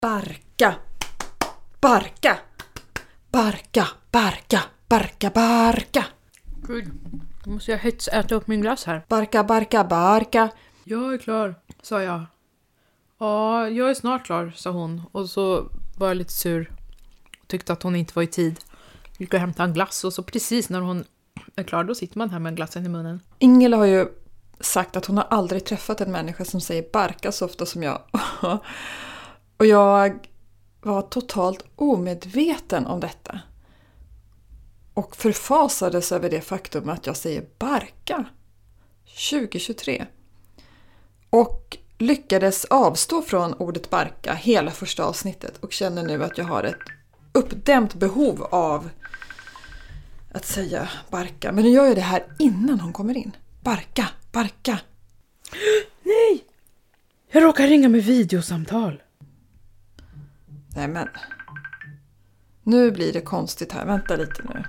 Barka, barka, barka, barka, barka, barka. Gud, då måste jag äta upp min glass här. Barka, barka, barka. Jag är klar, sa jag. Ja, jag är snart klar, sa hon. Och så var jag lite sur. Tyckte att hon inte var i tid. Gick och hämtade en glass. Och så precis när hon är klar, då sitter man här med glassen i munnen. Ingela har ju sagt att hon har aldrig träffat en människa som säger barka så ofta som jag. Och jag var totalt omedveten om detta. Och förfasades över det faktum att jag säger barka 2023. Och lyckades avstå från ordet barka hela första avsnittet. Och känner nu att jag har ett uppdämt behov av att säga barka. Men nu gör jag det här innan hon kommer in. Barka, barka. Nej! Jag råkar ringa med videosamtal. Nej men. Nu blir det konstigt här. Vänta lite nu.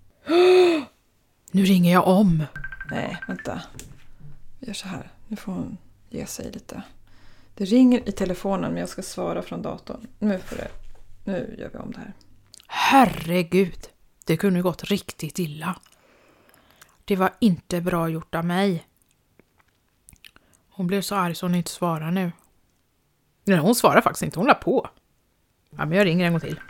Nu ringer jag om. Nej, vänta. Vi gör så här. Nu får hon ge sig lite. Det ringer i telefonen men jag ska svara från datorn. Nu gör vi om det här. Herregud, det kunde gått riktigt illa. Det var inte bra gjort av mig. Hon blev så arg så hon inte svarar nu. Nej, hon svarar faktiskt inte, hon la på. Ja, men jag ringer en gång till.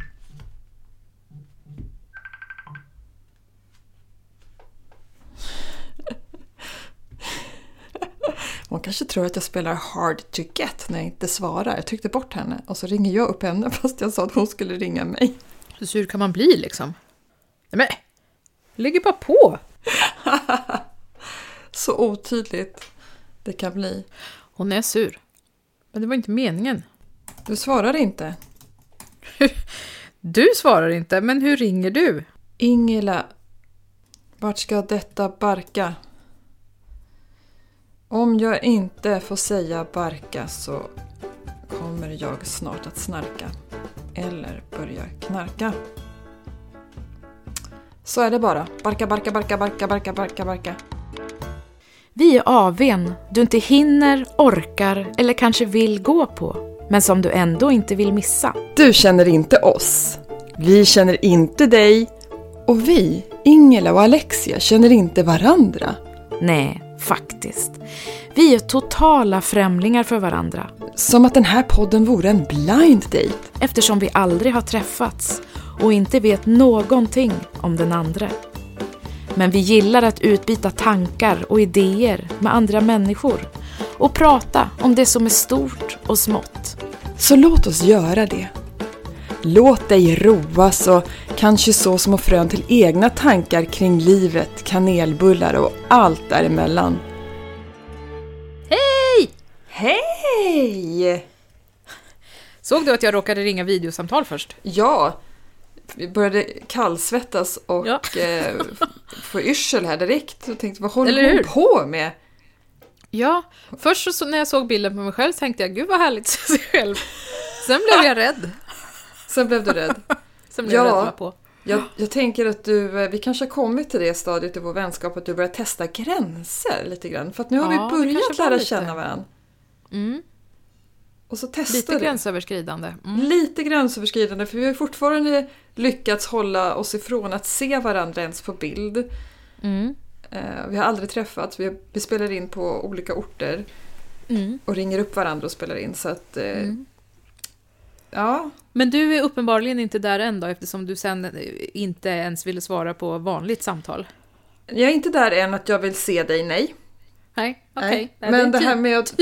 Hon kanske tror att jag spelar hard to get när jag inte svarar. Jag tryckte bort henne och så ringer jag upp henne fast jag sa att hon skulle ringa mig. Så sur kan man bli liksom. Nej men, lägger bara på. Så otydligt det kan bli. Hon är sur. Men det var inte meningen. Du svarar inte. Du svarar inte, men hur ringer du? Ingela, vart ska detta barka? Om jag inte får säga barka så kommer jag snart att snarka. Eller börja knarka. Så är det bara. Barka, barka, barka, barka, barka, barka, barka. Vi är AW:n du inte hinner, orkar eller kanske vill gå på. Men som du ändå inte vill missa. Du känner inte oss. Vi känner inte dig. Och vi, Ingela och Alexia, känner inte varandra. Nej, faktiskt. Vi är totala främlingar för varandra. Som att den här podden vore en blind date. Eftersom vi aldrig har träffats och inte vet någonting om den andra. Men vi gillar att utbyta tankar och idéer med andra människor. Och prata om det som är stort och smått. Så låt oss göra det. Låt dig roas och kanske så små frön till egna tankar kring livet, kanelbullar och allt däremellan. Hej! Hej! Såg du att jag råkade ringa videosamtal först? Ja, vi började kallsvettas och få yrsel här direkt. Och tänkte, vad håller hon på med? Ja, först så när jag såg bilden på mig själv tänkte jag, gud vad härligt att se sig själv. Sen blev jag rädd. Sen blev du rädd? Sen blev jag rädd på. Jag tänker att vi kanske har kommit till det stadiet i vår vänskap att du börjar testa gränser lite grann. För att nu har vi börjat lära känna varandra. Mm. Och så testar lite gränsöverskridande. Lite gränsöverskridande, för vi har fortfarande lyckats hålla oss ifrån att se varandra ens på bild. Mm. Vi har aldrig träffats, vi spelar in på olika orter och ringer upp varandra och spelar in. Så att, ja. Men du är uppenbarligen inte där än då, eftersom du sen inte ens ville svara på vanligt samtal. Jag är inte där än att jag vill se dig, nej. Nej, okej. Okay. Men det här med att...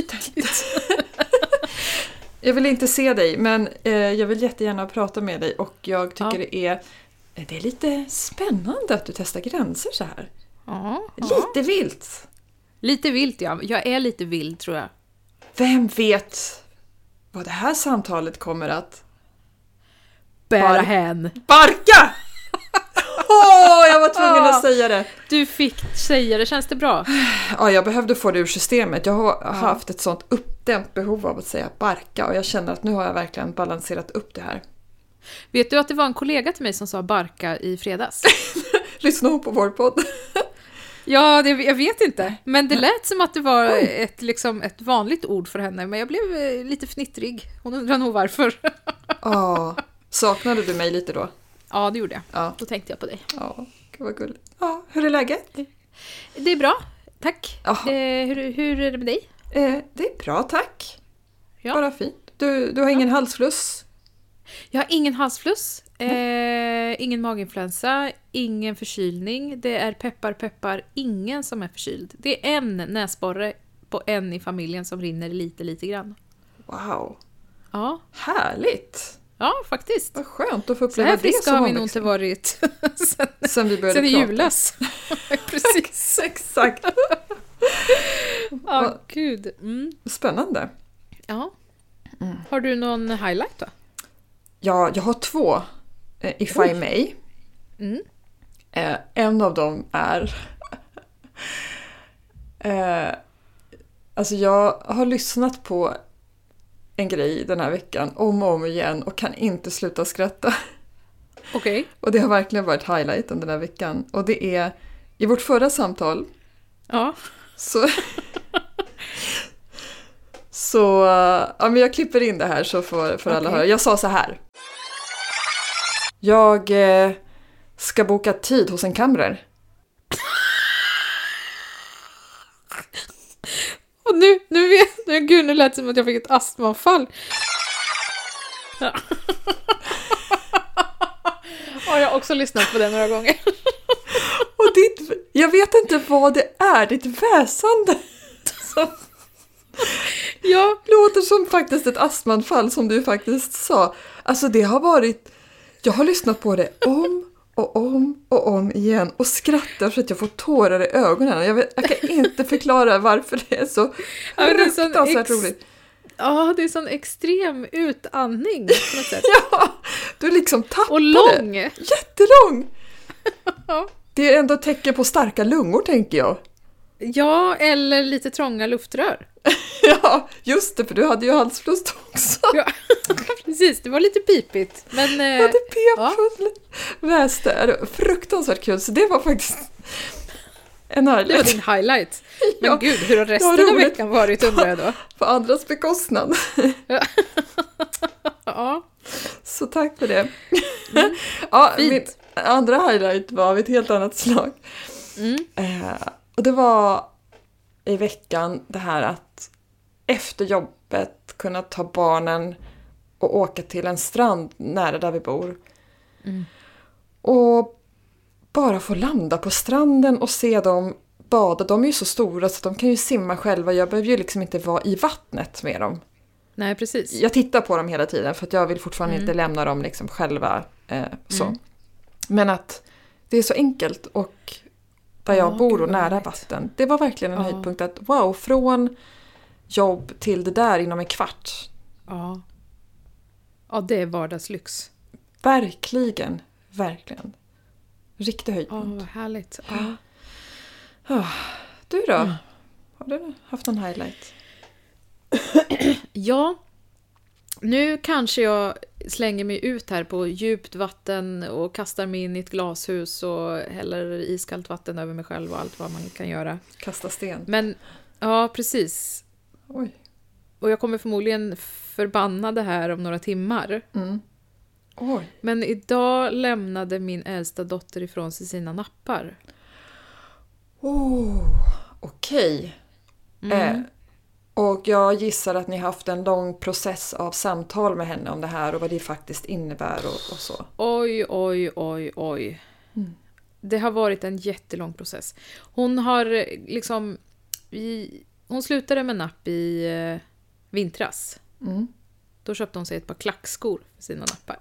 Jag vill inte se dig, men jag vill jättegärna prata med dig och jag tycker det är lite spännande att du testar gränser så här. Lite vilt. Lite vilt, ja. Jag är lite vild, tror jag. Vem vet vad det här samtalet kommer att... Bära hän. Barka! Jag var tvungen att säga det. Du fick säga det, känns det bra? Ja, jag behövde få det ur systemet. Jag har haft ett sånt uppdämt behov av att säga barka och jag känner att nu har jag verkligen balanserat upp det här. Vet du att det var en kollega till mig som sa barka i fredags? Lyssna på vår podd. Ja, jag vet inte. Men det lät som att det var ett vanligt ord för henne. Men jag blev lite fnittrig. Hon undrar nog varför. Saknade du mig lite då? Ja, det gjorde jag. Ja. Då tänkte jag på dig. Ja, gud vad gulligt. Ja, hur är läget? Det är bra, tack. Hur är det med dig? Det är bra, tack. Ja. Bara fint. Du har ingen halsfluss? Jag har ingen halsfluss, ingen maginfluensa, ingen förkylning. Det är peppar, ingen som är förkyld. Det är en näsborre på en i familjen som rinner lite grann. Wow. Ja. Härligt. Ja, faktiskt. Vad skönt att få Så uppleva här det friska som har vi nog inte varit sen vi började sen i prata. julas. Precis. Exakt. Ja, gud. Spännande. Ja. Har du någon highlight då? Ja, jag har 2. If I may. En av dem är... alltså jag har lyssnat på en grej den här veckan om och om igen och kan inte sluta skratta. Okej. Och det har verkligen varit highlighten den här veckan. Och det är i vårt förra samtal Ja. så ja, men jag klipper in det här så får alla höra. Jag sa så här. Jag ska boka tid hos en kamrer. Och nu lät det som att jag fick ett astmaanfall. Ja. Och jag har också lyssnat på den några gånger. Och jag vet inte vad det är, ditt väsande som låter som faktiskt ett astmaanfall som du faktiskt sa. Alltså det har varit, jag har lyssnat på det om och om igen och skrattar så att jag får tårar i ögonen. Jag kan inte förklara varför det är så fruktansvärt roligt. Ja, det är sån extrem utandning på något sätt. Ja, du liksom tappar och lång. det. Jättelång. Det är ändå ett tecken på starka lungor, tänker jag. Ja, eller lite trånga luftrör. Ja, just det, för du hade ju halsfluss också. Ja, precis. Det var lite pipigt. Men, ja, det pep väste. Fruktansvärt kul, så det var faktiskt en highlight. Det var din highlight. Men ja, gud, hur har resten av veckan varit, undrar jag då? På andras bekostnad. Ja. Så tack för det. Ja, min andra highlight var av ett helt annat slag. Och det var i veckan det här att efter jobbet kunna ta barnen och åka till en strand nära där vi bor. Och bara få landa på stranden och se dem bada. De är ju så stora så de kan ju simma själva. Jag behöver ju liksom inte vara i vattnet med dem. Nej, precis. Jag tittar på dem hela tiden för att jag vill fortfarande inte lämna dem liksom själva. Så. Men att det är så enkelt och där jag bor och nära vatten. Det var verkligen en höjdpunkt att wow, från jobb till det där inom en kvart. Ja. Ja, det är vardagslyx. Verkligen. Riktig höjdpunkt. Ja, vad härligt. Ja. Du då? Har du haft någon highlight? Ja, nu kanske jag slänger mig ut här på djupt vatten och kastar mig in i ett glashus och häller iskallt vatten över mig själv och allt vad man kan göra. Kasta sten. Men, ja, precis. Oj. Och jag kommer förmodligen förbanna det här om några timmar. Oj. Men idag lämnade min äldsta dotter ifrån sig sina nappar. Okej. Och jag gissar att ni har haft en lång process av samtal med henne om det här och vad det faktiskt innebär och så. Oj. Det har varit en jättelång process. Hon har liksom... Hon slutade med napp i vintras. Då köpte hon sig ett par klackskor för sina nappar.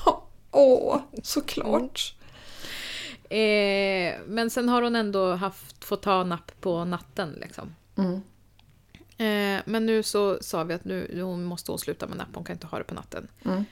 Såklart. Men sen har hon ändå fått ta napp på natten liksom. Men nu så sa vi att hon måste sluta med napp. Hon kan inte ha det på natten.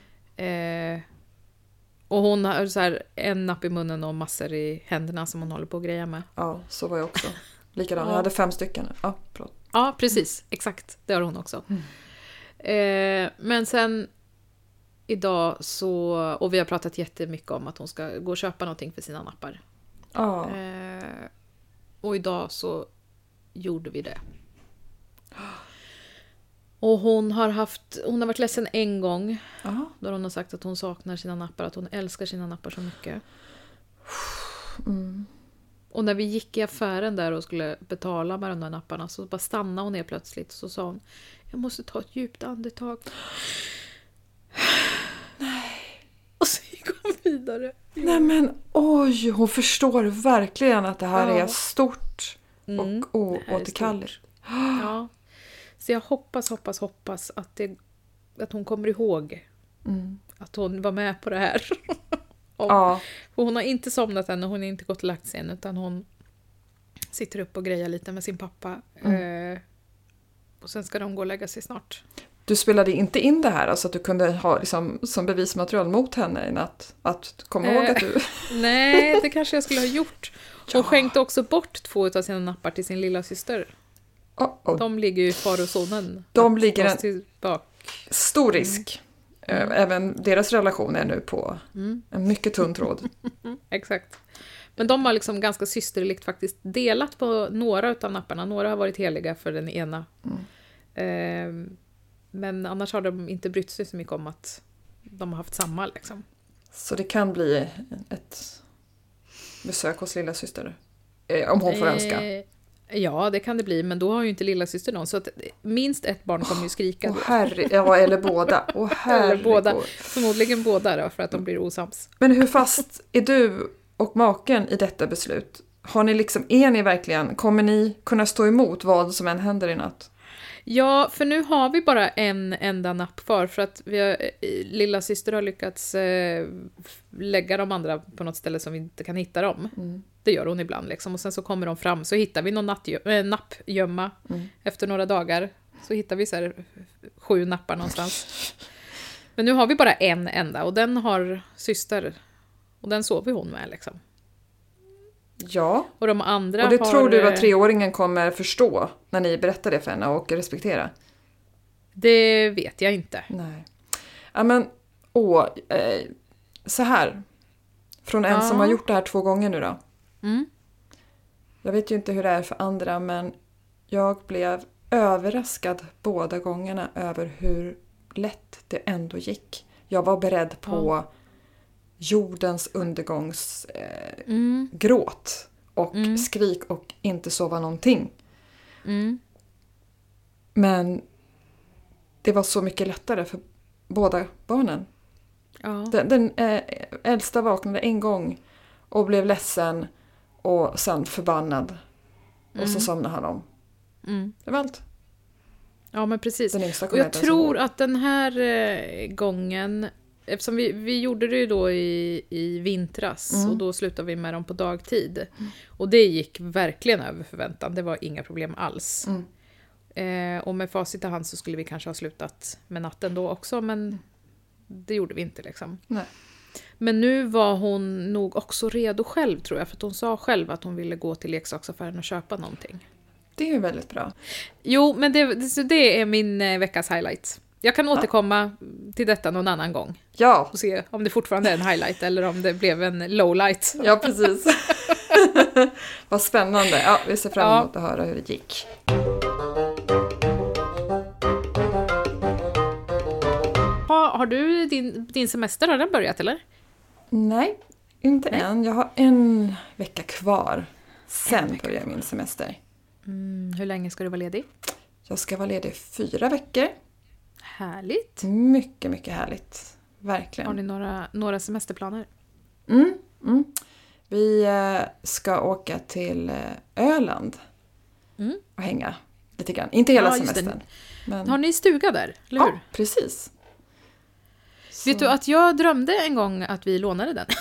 Och hon har så här en napp i munnen och massor i händerna som hon håller på att greja med. Ja, så var jag också. Likadant. Jag hade 5 stycken. Ja, precis. Exakt. Det har hon också. Men sen idag så... Och vi har pratat jättemycket om att hon ska gå och köpa någonting för sina nappar. Och idag så gjorde vi det. Och hon har varit ledsen en gång. Ja. Då hon har sagt att hon saknar sina nappar. Att hon älskar sina nappar så mycket. Mm. Och när vi gick i affären där och skulle betala med de där napparna, så bara stannade hon ner plötsligt. Så sa hon, jag måste ta ett djupt andetag. Nej. Och så gick hon vidare. Nej men oj, hon förstår verkligen att det här är stort och oåterkalleligt. Ja. Så jag hoppas att hon kommer ihåg att hon var med på det här. Ja. För hon har inte somnat än och hon har inte gått och lagt sig än, utan hon sitter upp och grejar lite med sin pappa. Och sen ska de gå och lägga sig snart. Du spelade inte in det här, alltså att du kunde ha liksom, som bevismaterial mot henne i natt, att komma ihåg att du... Nej, det kanske jag skulle ha gjort. Hon skänkte också bort 2 av sina nappar till sin lilla syster. De ligger ju i farozonen. De ligger en stor risk. Även deras relation är nu på en mycket tunn tråd. Exakt. Men de har liksom ganska systerligt faktiskt delat på några av napparna. Några har varit heliga för den ena. Men annars har de inte brytt sig så mycket om att de har haft samma. Liksom. Så det kan bli ett besök hos lilla syster. Om hon får önska. Ja, det kan det bli. Men då har ju inte lilla syster någon. Så att minst ett barn kommer ju skrika då. Eller båda. Eller båda. Förmodligen båda då, för att de blir osams. Men hur fast är du och maken i detta beslut? Har ni liksom, kommer ni kunna stå emot vad som än händer i natt? Ja, för nu har vi bara en enda napp kvar, för att lilla syster har lyckats lägga de andra på något ställe som vi inte kan hitta dem. Det gör hon ibland liksom. Och sen så kommer de fram, så hittar vi någon nappgömma efter några dagar. Så hittar vi så här 7 nappar någonstans. Men nu har vi bara en enda, och den har syster. Och den sover hon med liksom. Ja, och de andra och det tror du att 3-åringen kommer förstå när ni berättar det för henne och respektera? Det vet jag inte. Nej. Ja, men så här. Från en som har gjort det här 2 gånger nu då. Jag vet ju inte hur det är för andra, men jag blev överraskad båda gångerna över hur lätt det ändå gick. Jag var beredd på jordens undergångsgråt och skrik och inte sova någonting. Men det var så mycket lättare för båda barnen. Den äldsta vaknade en gång och blev ledsen och sen förbannad. Och så somnade han om. Det var allt. Ja, men precis. Och jag tror att den här gången, eftersom vi gjorde det ju då i vintras och då slutade vi med dem på dagtid. Och det gick verkligen över förväntan. Det var inga problem alls. Och med facit i hand så skulle vi kanske ha slutat med natten då också, men det gjorde vi inte liksom. Nej. Men nu var hon nog också redo själv, tror jag, för att hon sa själv att hon ville gå till leksaksaffären och köpa någonting. Det är ju väldigt bra. Jo, men det är min veckas highlight. Jag kan återkomma till detta någon annan gång. Ja. Och se om det fortfarande är en highlight eller om det blev en lowlight. Ja, precis. Vad spännande. Ja, vi ser fram emot att höra hur det gick. Har du din semester, har den börjat eller? Nej, inte än. Jag har 1 vecka kvar. Sen börjar min semester. Hur länge ska du vara ledig? Jag ska vara ledig 4 veckor. Härligt. Mycket, mycket härligt. Verkligen. Har ni några semesterplaner? Vi ska åka till Öland och hänga lite grann. Inte hela semestern. Men... Har ni stuga där, eller hur? Ja, precis. Så... Vet du att jag drömde en gång att vi lånade den?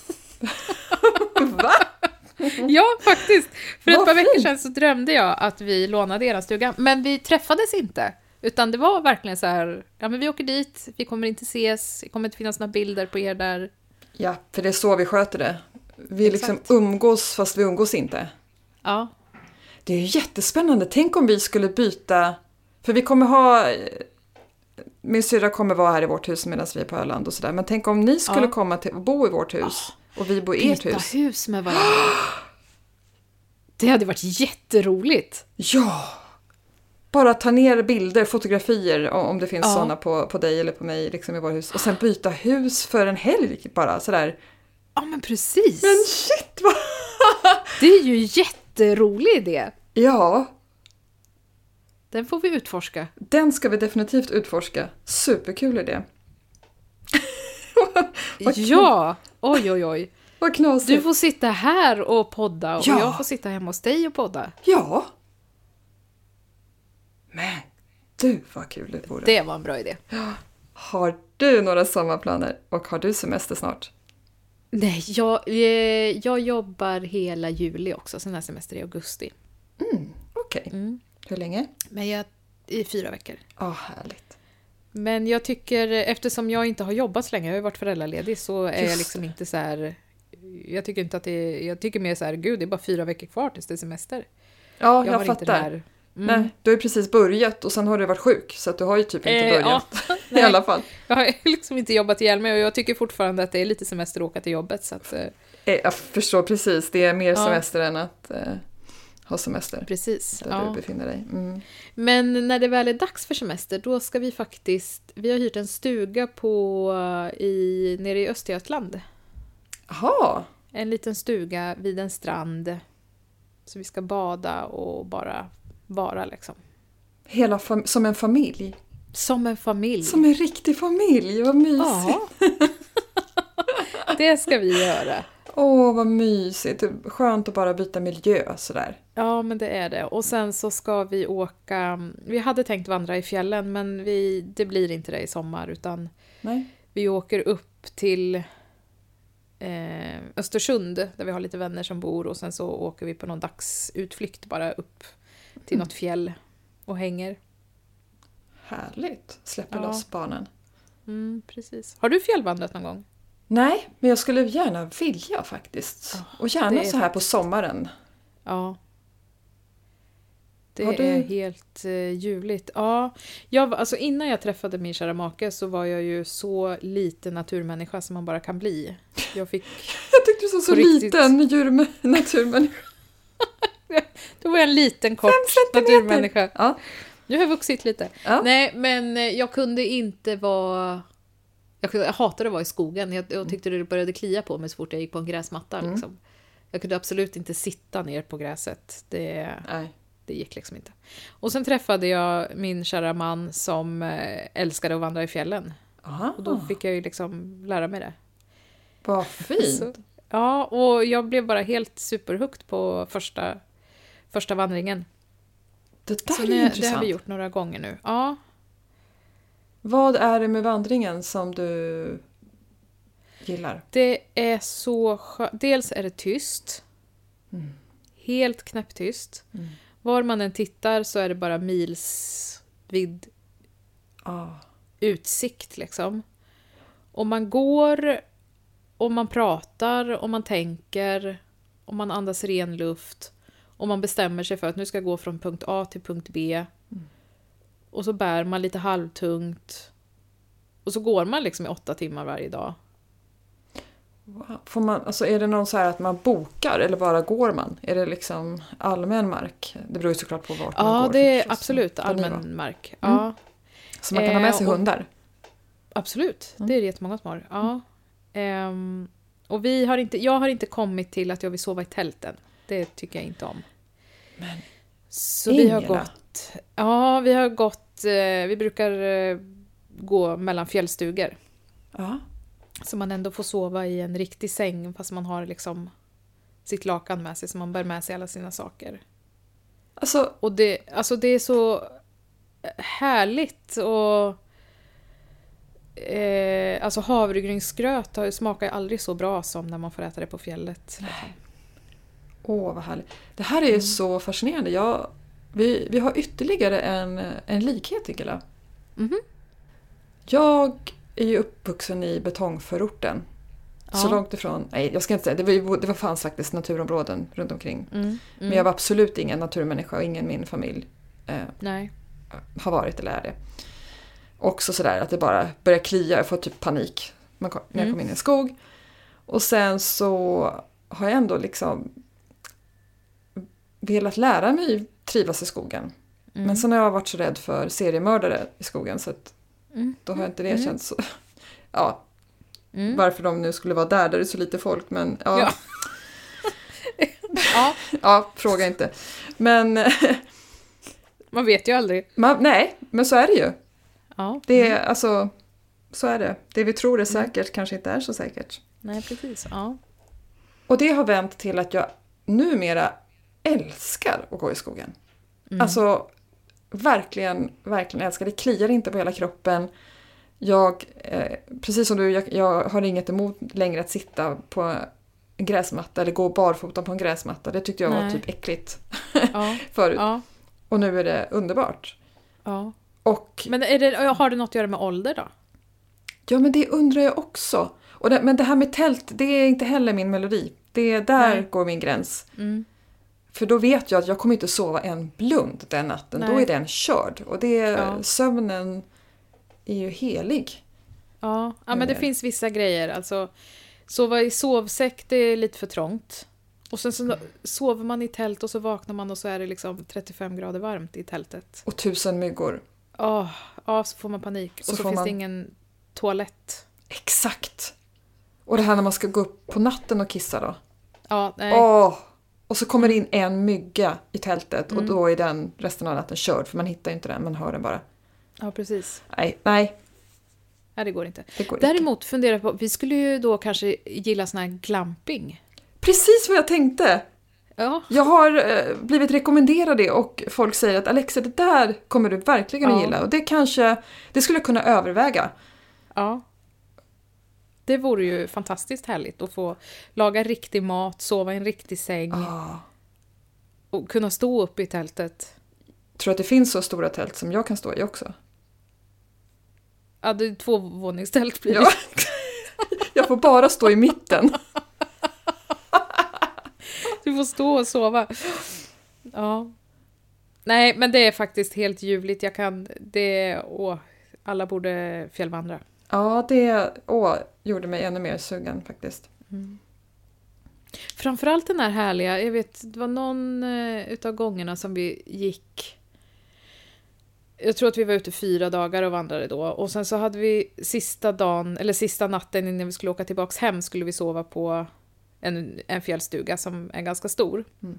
Va? Ja, faktiskt. För ett par veckor sedan så drömde jag att vi lånade er stuga. Men vi träffades inte. Utan det var verkligen så här, ja men vi åker dit, vi kommer inte ses, det kommer inte finnas några bilder på er där. Ja, för det är så vi sköter det. Vi liksom umgås fast vi umgås inte. Ja. Det är ju jättespännande. Tänk om vi skulle byta, för vi kommer ha, min syrra kommer vara här i vårt hus medan vi är på Öland och sådär. Men tänk om ni skulle komma till bo i vårt hus och vi bor i ert hus. Byta hus med varandra. Det hade varit jätteroligt. Ja! Bara ta ner bilder, fotografier om det finns Ja. sådana på dig eller på mig liksom i våra hus. Och sen byta hus för en helg bara sådär. Ja, men precis. Men shit vad... Det är ju en jätterolig idé. Ja, Den får vi utforska. den ska vi definitivt utforska. Superkul idé. Vad kul. Ja, oj. Vad knasigt. Du får sitta här och podda och Ja. jag får sitta hemma hos dig och podda. Ja. Men du vad kul det vore. Det var en bra idé. Har du några sommarplaner och har du semester snart? Nej, jag jobbar hela juli också, sen är semester i augusti. Okej. Mm. Hur länge? Men i 4 veckor. Härligt. Men jag tycker, eftersom jag inte har jobbat så länge, jag har ju varit föräldraledig, så är jag Just liksom inte så här. Jag tycker inte att jag tycker mer så här, gud, det är bara 4 veckor kvar tills det är semester. Ja, jag har inte fattar. det här. Nej, du har ju precis börjat och sen har du varit sjuk så att du har ju typ inte börjat Ja, i nej. alla fall. Jag har liksom inte jobbat ihjäl mig och jag tycker fortfarande att det är lite semester att åka till jobbet. Så att, Jag förstår precis, det är mer Ja. semester än att ha semester precis. där Ja. du befinner dig. Mm. Men när det väl är dags för semester, då ska vi faktiskt, vi har hyrt en stuga nere i Östergötland. Jaha, En liten stuga vid en strand. Så vi ska bada och bara vara liksom. som en familj. Som en familj. Som en riktig familj, vad mysigt. Ja. Det ska vi göra. Åh, vad mysigt. Skönt att bara byta miljö sådär. Ja, men det är det. Och sen så ska vi åka. Vi hade tänkt vandra i fjällen, men det blir inte det i sommar, utan Nej. vi åker upp till Östersund, där vi har lite vänner som bor, och sen så åker vi på någon dagsutflykt bara upp till något fjäll och hänger. Härligt. Släpper Ja. loss barnen. Precis. Har du fjällvandrat någon gång? Nej, men jag skulle gärna vilja faktiskt. Och det gärna är så här på sommaren. Ja. Det Har du- är helt ljuvligt. Ja, alltså innan jag träffade min kära make så var jag ju så lite naturmänniska som man bara kan bli. Jag fick... Jag tyckte du var så På riktigt. liten naturmänniska. Då var jag en liten kort 5 centimeter. naturmänniska. Ja. Nu har jag vuxit lite. Ja. Nej, men jag kunde inte vara... Jag hatade att vara i skogen. Jag tyckte det började klia på mig så fort jag gick på en gräsmatta. Liksom. Jag kunde absolut inte sitta ner på gräset. Nej. Det gick liksom inte. Och sen träffade jag min kära man som älskade att vandra i fjällen. Aha. Och då fick jag ju liksom lära mig det. Vad fint. Så, ja, och jag blev bara helt superhooked på första vandringen. Det där Så är ju det har intressant. vi gjort några gånger nu. Ja, Vad är det med vandringen som du gillar? det är så skönt. Dels är det tyst. Helt knäpptyst. Var man än tittar så är det bara mils vid utsikt liksom. Och man går och man pratar och man tänker och man andas ren luft och man bestämmer sig för att nu ska jag gå från punkt A till punkt B. Och så bär man lite halvtungt och så går man liksom i 8 timmar varje dag. Wow. Får man, alltså är det någon så här att man bokar eller bara går man? Är det liksom allmän mark? Det beror ju såklart på vart man går. Ja, det är förstås. absolut På nivå. allmän mark. Ja. Så man kan ha med sig och- hundar? Absolut, det är det jättemånga som har. Ja. Och jag har inte kommit till att jag vill sova i tälten. Det tycker jag inte om. Men Så vi har Ingela. gått... Ja, vi brukar gå mellan fjällstugor. Ja. Så man ändå får sova i en riktig säng fast man har liksom sitt lakan med sig, så man bär med sig alla sina saker. Alltså, Och det är så härligt och alltså havregrynsgröt smakar ju aldrig så bra som när man får äta det på fjället. vad härligt. Det här är ju så fascinerande. Vi har ytterligare en likhet, Ingela. Mhm. Jag är ju uppvuxen i betongförorten. Så Ja. långt ifrån... Nej, jag ska inte säga. Det fanns faktiskt naturområden runt omkring. Men jag var absolut ingen naturmänniska och ingen min familj Nej. har varit eller är det. Också sådär att det bara börjar klia. Jag får typ panik när jag kom in i en skog. Och sen så har jag ändå liksom velat lära mig trivas i skogen. Men sen har jag varit så rädd för seriemördare i skogen så att då har inte det känts så... Ja, varför de nu skulle vara där det är så lite folk, men ja. Ja, fråga inte. Men... Man vet ju aldrig. Nej, men så är det ju. Ja. Det är, alltså, så är det. Det vi tror är säkert kanske inte är så säkert. Nej, precis. Ja. Och det har vänt till att jag numera älskar att gå i skogen. Alltså, verkligen älskar. Det kliar inte på hela kroppen. Jag, precis som du, jag har inget emot längre att sitta på en gräsmatta eller gå barfota på en gräsmatta. Det tyckte jag var typ äckligt förut. Ja. Och nu är det underbart. Ja. Och, men har det något att göra med ålder då? Ja, men det undrar jag också. Men det här med tält, det är inte heller min melodi. Där går min gräns. För då vet jag att jag kommer inte sova en blund den natten. Nej. Då är den körd. Och sömnen är ju helig. Ja, men det finns vissa grejer. Alltså, sova i sovsäck, det är lite för trångt. Och sen så sover man i tält och så vaknar man och så är det liksom 35 grader varmt i tältet. Och 1000 myggor. Ja, så får man panik. Och så finns det ingen toalett. Exakt. Och det här när man ska gå upp på natten och kissa då. Ja, nej. Och så kommer det in en mygga i tältet och då är den resten av natten körd. För man hittar inte den, man hör den bara. Ja, precis. Nej. Nej, det går inte. Däremot funderar på, vi skulle ju då kanske gilla sån här glamping. Precis vad jag tänkte. Ja. Jag har blivit rekommenderad det och folk säger att Alexa, det där kommer du verkligen att gilla. Och det skulle jag kunna överväga. Ja. Det vore ju fantastiskt härligt att få laga riktig mat, sova i en riktig säng. Och kunna stå upp i tältet. Tror att det finns så stora tält som jag kan stå i också? Ja, det är 2-våningstält blir det. Ja. Jag får bara stå i mitten. Du får stå och sova. Ja. Nej, men det är faktiskt helt ljuvligt. Alla borde fjällvandra. Ja, det gjorde mig ännu mer sugen faktiskt. Framförallt den här härliga, jag vet, det var någon utav gångerna som vi gick. Jag tror att vi var ute 4 dagar och vandrade då. Och sen så hade vi sista natten innan vi skulle åka tillbaks hem skulle vi sova på en fjällstuga som är ganska stor.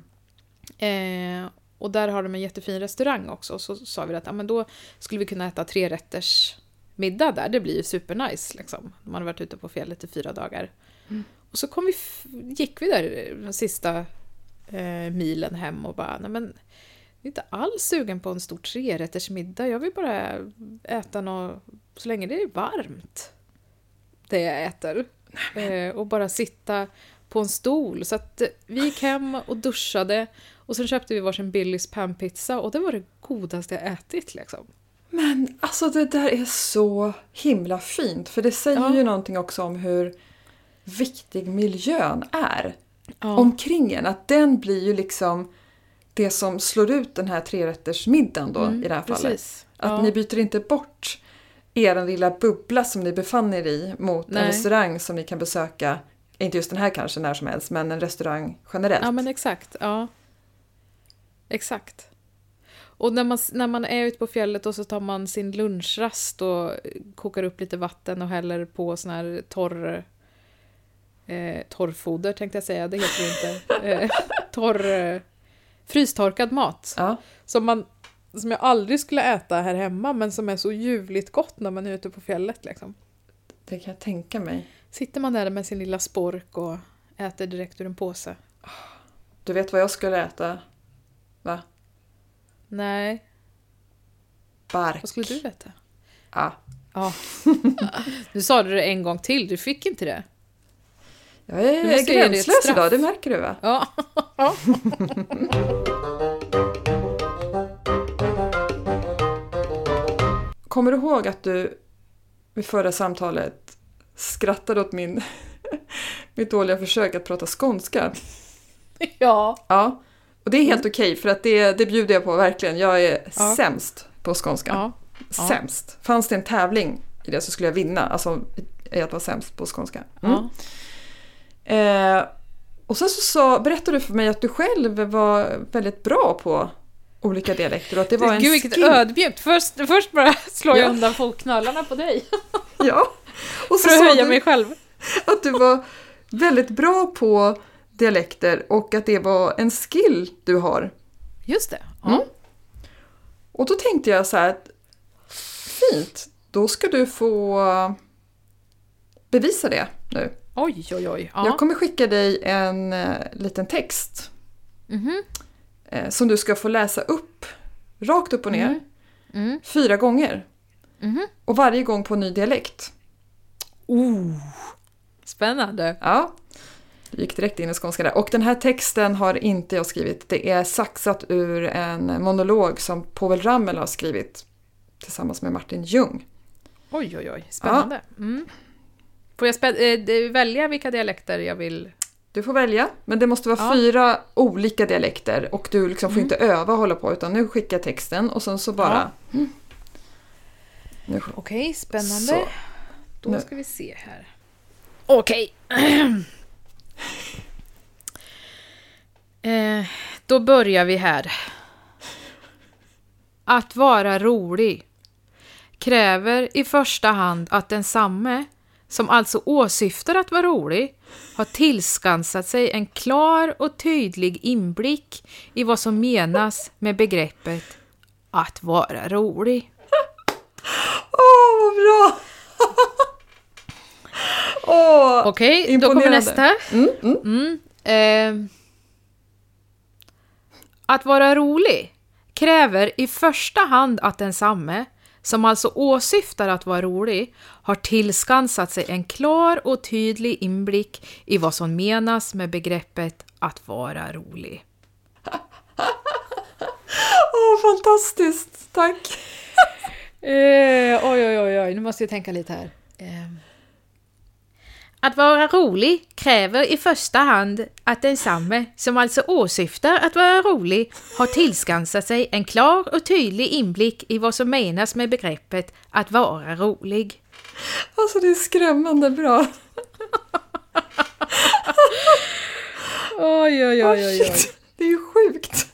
Och där har de en jättefin restaurang också. Så sa vi att men då skulle vi kunna äta 3-rätters middag där. Det blir ju supernice liksom. Man har varit ute på fjället i 4 dagar. Och så gick vi där den sista milen hem och bara, nej men jag är inte alls sugen på en stor 3-rätters middag. Jag vill bara äta något så länge det är varmt. Det jag äter. Och bara sitta på en stol. Så att vi gick hem och duschade. Och sen köpte vi varsin Billys panpizza. Och det var det godaste jag ätit liksom. Men alltså det där är så himla fint. För det säger ju någonting också om hur viktig miljön är. Omkring en. Att den blir ju liksom det som slår ut den här 3-rättersmiddagen då i det här fallet. Att ni byter inte bort er lilla bubbla som ni befann er i mot en restaurang som ni kan besöka. Inte just den här kanske när som helst, men en restaurang generellt. Ja, men exakt. Ja. Exakt. Och när man är ute på fjället och så tar man sin lunchrast och kokar upp lite vatten och häller på sån här torrfoder tänkte jag säga, det heter ju inte. Frystorkad mat. Ja. Som jag aldrig skulle äta här hemma, men som är så ljuvligt gott när man är ute på fjället liksom. Det kan jag tänka mig. Sitter man där med sin lilla spork och äter direkt ur en påse. Du vet vad jag skulle äta? Va? Nej. Bark. Vad skulle du äta? Ja. Nu sa du det en gång till, du fick inte det. Jag är gränslös idag, det märker du va? Ja. Kommer du ihåg att du vid förra samtalet skrattade åt mitt dåliga försök att prata skånska? Ja. Ja, och det är helt okej för att det bjuder jag på verkligen. Jag är sämst på skånska. Ja. Sämst. Fanns det en tävling i det så skulle jag vinna. Alltså, att vara sämst på skånska. Och sen så berättade du för mig att du själv var väldigt bra på olika dialekter och att det var en Gud, vilket skill. ödmjukt. Först bara slår jag undan fotknölarna på dig. Ja. Och så För att sa höja du mig själv. att du var väldigt bra på dialekter och att det var en skill du har. Just det. Ja. Mm. Och då tänkte jag så här att fint, då ska du få bevisa det nu. Oj. Ja. Jag kommer skicka dig en liten text Mhm. Som du ska få läsa upp rakt upp och ner 4 gånger. Mhm. Och varje gång på en ny dialekt. Spännande. Ja, det gick direkt in i skånska där. Och den här texten har inte jag skrivit. Det är saxat ur en monolog som Povel Ramel har skrivit tillsammans med Martin Ljung. Oj. Spännande. Mm. Får jag välja vilka dialekter jag vill? Du får välja, men det måste vara 4 olika dialekter och du liksom får inte öva och hålla på, utan nu skickar jag texten och sen så bara... Okej, spännande. Så. Då Nu. ska vi se här. Okej. Då börjar vi här. Att vara rolig kräver i första hand att densamme, som alltså åsyftar att vara rolig, har tillskansat sig en klar och tydlig inblick i vad som menas med begreppet att vara rolig. Vad bra! Okej, då kommer nästa. Att vara rolig kräver i första hand att densamme, som alltså åsyftar att vara rolig, har tillskansat sig en klar och tydlig inblick i vad som menas med begreppet att vara rolig. Fantastiskt! Tack! Oj, nu måste jag tänka lite här. Att vara rolig kräver i första hand att densamme, som alltså åsyftar att vara rolig, har tillskansat sig en klar och tydlig inblick i vad som menas med begreppet att vara rolig. Alltså det är skrämmande bra. Oj. Det är ju sjukt.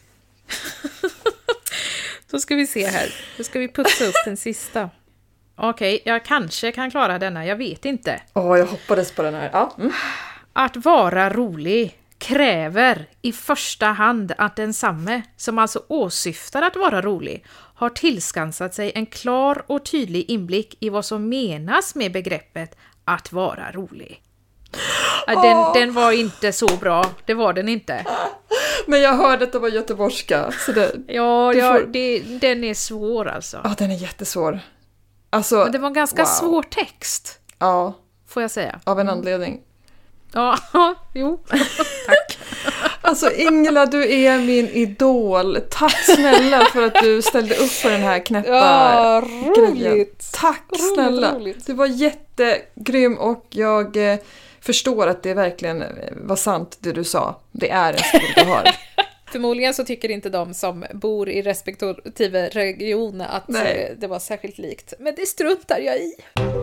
Då ska vi se här. Då ska vi putsa upp den sista. Okej, jag kanske kan klara denna. Jag vet inte. Jag hoppades på den här. Ja. Att vara rolig kräver i första hand att densamme, som alltså åsyftar att vara rolig, har tillskansat sig en klar och tydlig inblick i vad som menas med begreppet att vara rolig. Den var inte så bra, det var den inte. Men jag hörde att det var göteborgska. Så den är svår alltså. Ja, den är jättesvår. Alltså, men det var en ganska svår text. Ja. Får jag säga. Av en anledning. Ja, jo. Tack. Alltså Ingela, du är min idol. Tack snälla för att du ställde upp på den här knäppa grejen. Tack snälla. Roligt. Du var jättegrym och jag förstår att det verkligen var sant det du sa. Det är en skill du har. Förmodligen så tycker inte de som bor i respektive region att det var särskilt likt. Men det struntar jag i.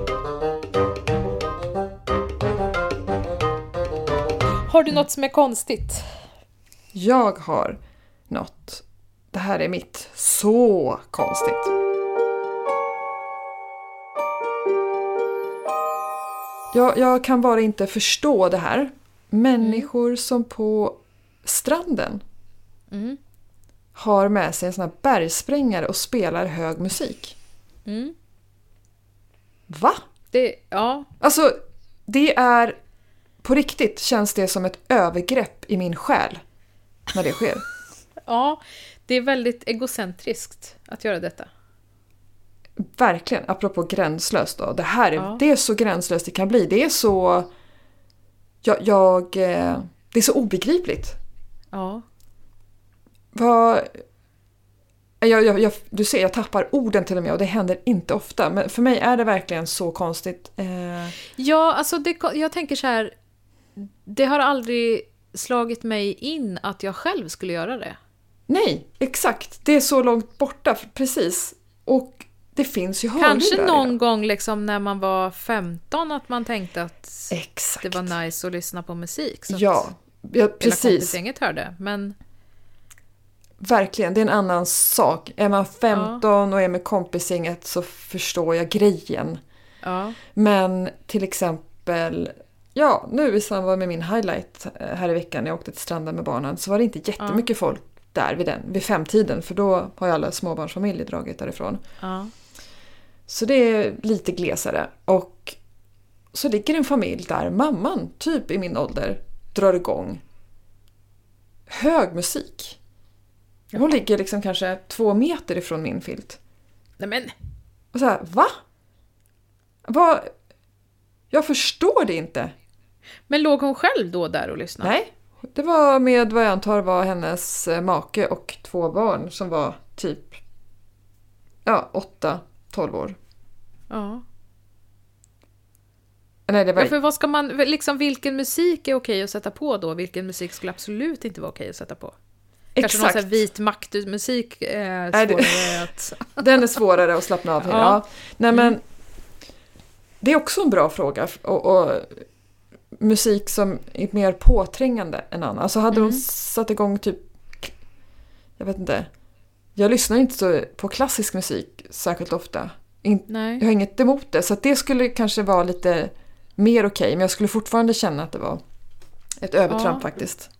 Har du något som är konstigt? Jag har något. Det här är mitt. Så konstigt. Jag kan bara inte förstå det här. Människor som på stranden har med sig en sån här bergsprängare och spelar hög musik. Va? Ja. Alltså, det är på riktigt känns det som ett övergrepp i min själ när det sker. Ja, det är väldigt egocentriskt att göra detta. Verkligen, apropå gränslöst då. Det här det är så gränslöst det kan bli. Det är så... det är så obegripligt. Ja. Du ser, jag tappar orden till och med och det händer inte ofta. Men för mig är det verkligen så konstigt. Ja, alltså jag tänker så här. Det har aldrig slagit mig in att jag själv skulle göra det. Nej, exakt. Det är så långt borta, precis. Och det finns ju hörlurar. Kanske någon gång liksom när man var 15 att man tänkte att exakt. det var nice att lyssna på musik. Så ja, Ja, precis. hela kompisgänget hörde. Men verkligen, det är en annan sak. Är man 15 och är med kompisgänget så förstår jag grejen. ja, Men till exempel, nu i samband med min highlight här i veckan när jag åkte till stranden med barnen så var det inte jättemycket folk där vid 5-tiden, för då har ju alla småbarnsfamiljer dragit därifrån. ja, Så det är lite glesare. Och så ligger en familj där mamman, typ i min ålder, drar igång hög musik. Hon ligger liksom kanske 2 meter ifrån min filt. nej men, Och så här, va? Jag förstår det inte. men låg hon själv då där och lyssnade? Nej, det var med vad jag antar var hennes make och 2 barn som var typ 8-12 år. Ja. Nej, det var... Ja, för vad ska man, liksom, vilken musik är okej att sätta på då? Vilken musik skulle absolut inte vara okej att sätta på? Kanske någon sån här vit maktmusik är svårare att... Den är svårare att slappna av till. Ja. Nej, men det är också en bra fråga. Och musik som är mer påträngande än annan. Alltså hade de satt igång typ... Jag vet inte. Jag lyssnar inte så på klassisk musik särskilt ofta. Nej. Jag har inget emot det. Så att det skulle kanske vara lite mer okej. Men jag skulle fortfarande känna att det var ett övertramp faktiskt.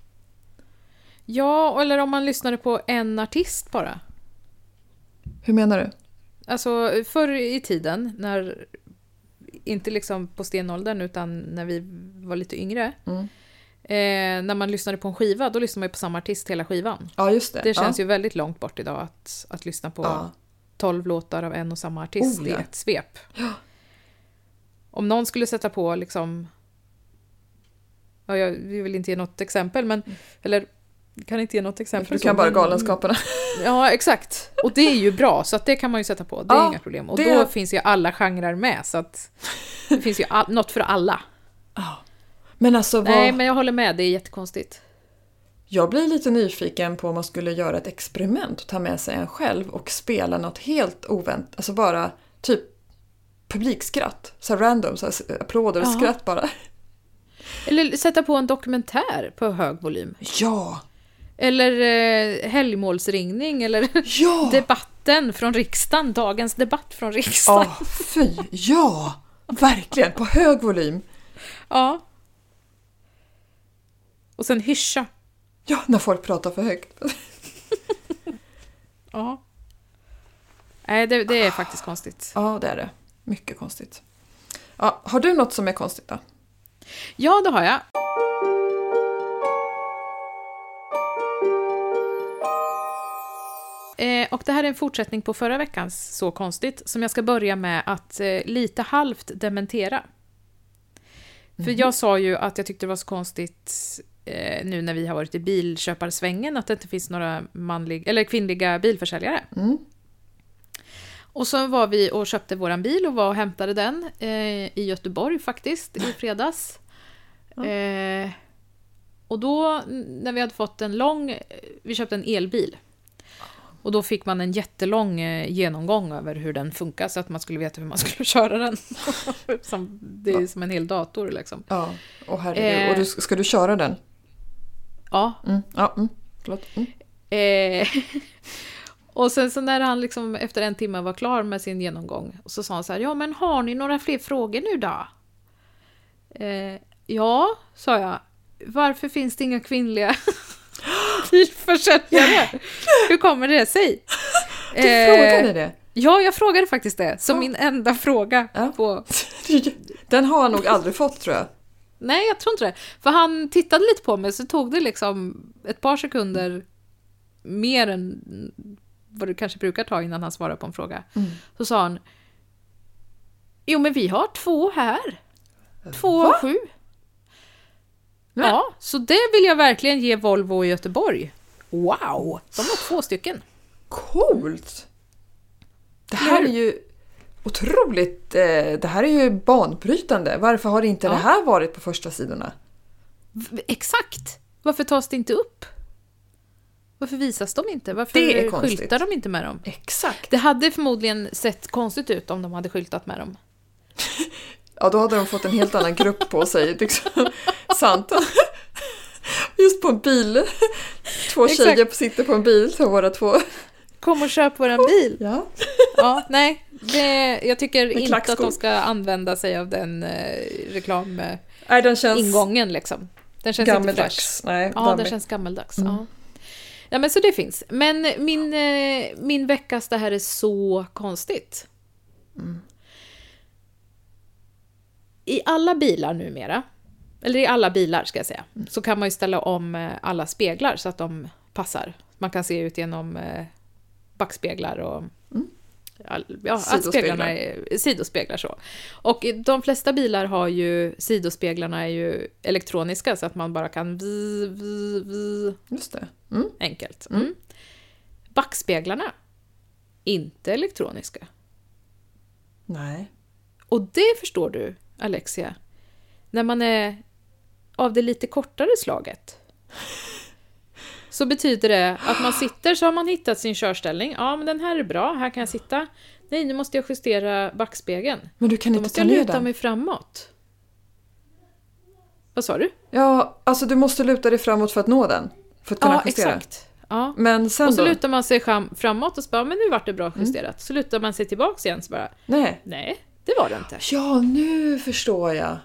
Ja, eller om man lyssnade på en artist bara. Hur menar du? Alltså förr i tiden, när inte liksom på stenåldern utan när vi var lite yngre. När man lyssnade på en skiva, då lyssnar man på samma artist hela skivan. Ja, just det. Det känns ju väldigt långt bort idag att lyssna på 12 låtar av en och samma artist i ett svep. Ja. Om någon skulle sätta på liksom... Ja, jag vill inte ge något exempel, men... Eller kan inte ge något exempel. Du kan bara Galenskaparna. Ja, exakt. Och det är ju bra, så att det kan man ju sätta på. Det är inga problem. Och då finns ju alla genrer med, så att det finns ju något för alla. Men alltså Nej, men jag håller med. Det är jättekonstigt. Jag blir lite nyfiken på om man skulle göra ett experiment och ta med sig en själv och spela något helt oväntat. Alltså bara typ publikskratt. Så random, så applåder och skratt bara. Eller sätta på en dokumentär på hög volym. Ja! Eller helgmålsringning. Eller debatten från riksdagen. Dagens debatt från riksdagen. Fy, ja! Verkligen, på hög volym. Ja. Och sen hyscha. Ja, när folk pratar för högt. Ja. Nej, det är faktiskt konstigt. Ja, det är det. Mycket konstigt. Ja, har du något som är konstigt då? Ja, det har jag. Och det här är en fortsättning på förra veckans Så konstigt, som jag ska börja med att lite halvt dementera. För jag sa ju att jag tyckte det var så konstigt nu när vi har varit i bilköparsvängen att det inte finns några kvinnliga bilförsäljare. Och så var vi och köpte våran bil och var och hämtade den i Göteborg faktiskt i fredags. Och då när vi hade fått vi köpte en elbil. Och då fick man en jättelång genomgång över hur den funkar så att man skulle veta hur man skulle köra den. Det är som en hel dator liksom. Ja, och herregud. Och ska du köra den? Ja. Förlåt. Och sen så när han liksom efter 1 timme var klar med sin genomgång så sa han så här: ja, men har ni några fler frågor nu då? Ja, sa jag. Varför finns det inga kvinnliga bilförsäljare? Hur kommer det sig? Du frågade det? Ja, jag frågade faktiskt det. Som min enda fråga. På... Den har han nog aldrig fått, tror jag. Nej, jag tror inte det. För han tittade lite på mig så tog det liksom ett par sekunder mer än vad det kanske brukar ta innan han svarar på en fråga. Så sa han: jo, men vi har 2 här. 2 och 7. Nej. Ja, så det vill jag verkligen ge Volvo i Göteborg. Wow, de har 2 stycken. Coolt! Det här är ju otroligt, det här är ju banbrytande. Varför har inte det här varit på första sidorna? Exakt! Varför tas det inte upp? Varför visas de inte? Varför skyltar de inte med dem? Exakt. Det hade förmodligen sett konstigt ut om de hade skyltat med dem. Ja, då hade de fått en helt annan grupp på sig. Liksom. Sant. Just på en bil. 2 tjejer sitter på en bil, så våra 2. Kom och köp våran bil. Ja. Ja, nej. Jag tycker inte klackskor. att de ska använda sig av den Nej, den känns ingången liksom. Den känns inte fräsch. gammeldags. Nej, Ja, dammig. den känns gammeldags. Ja. Ja, men så det finns. Men min veckas, det här är så konstigt. I alla bilar numera, eller i alla bilar ska jag säga, så kan man ju ställa om alla speglar så att de passar. Man kan se ut genom backspeglar och att speglarna är sidospeglar så. Och de flesta bilar har ju, sidospeglarna är ju elektroniska så att man bara kan Just det. enkelt. Backspeglarna, inte elektroniska. Nej. Och det förstår du, Alexia, när man är av det lite kortare slaget. Så betyder det att man sitter, så har man hittat sin körställning. Ja, men den här är bra, här kan jag sitta. Nej, nu måste jag justera backspegeln. Men du kan Då inte måste ta jag ner luta den. mig framåt. Vad sa du? Ja, alltså du måste luta dig framåt för att nå den. För att kunna justera. Exakt. Ja. Men sen Och så då? lutar man sig framåt och så bara, men nu vart det bra justerat. Så lutar man sig tillbaks igen så bara, Nej. det var det inte. Ja, nu förstår jag.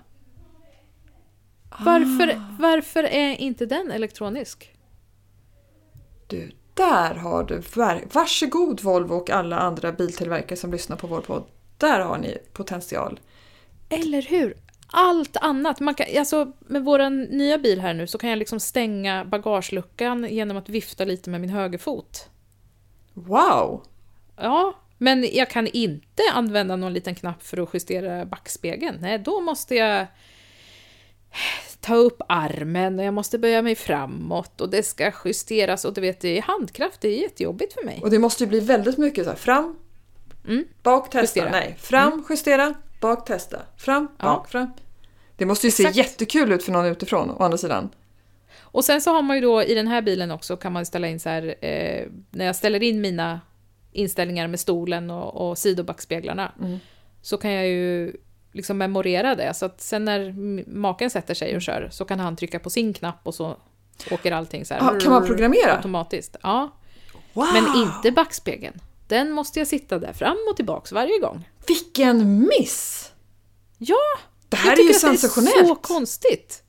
Varför är inte den elektronisk? Du, där har du... Varsågod Volvo och alla andra biltillverkare som lyssnar på vår podd. Där har ni potential. Eller hur? Allt annat. Man kan, alltså, med vår nya bil här nu så kan jag liksom stänga bagageluckan genom att vifta lite med min högerfot. Wow! Ja, men jag kan inte använda någon liten knapp för att justera backspegeln. Nej, då måste jag ta upp armen och jag måste böja mig framåt och det ska justeras och du vet, det är handkraft, det är jättejobbigt för mig. Och det måste ju bli väldigt mycket så här, fram, bak, testa. Justera. Nej, fram, justera, bak, testa. Fram, bak, fram. Det måste ju Exakt. se jättekul ut för någon utifrån, å andra sidan. Och sen så har man ju då i den här bilen också, kan man ställa in så här, när jag ställer in mina inställningar med stolen och sidobackspeglarna, så kan jag ju liksom memorera det. Så att sen när maken sätter sig och kör så kan han trycka på sin knapp och så åker allting så här. Kan man programmera? Automatiskt. Ja. Wow! Men inte backspegeln. Den måste jag sitta där fram och tillbaks varje gång. Vilken miss! Ja! Det här är ju sensationellt. Det är så konstigt.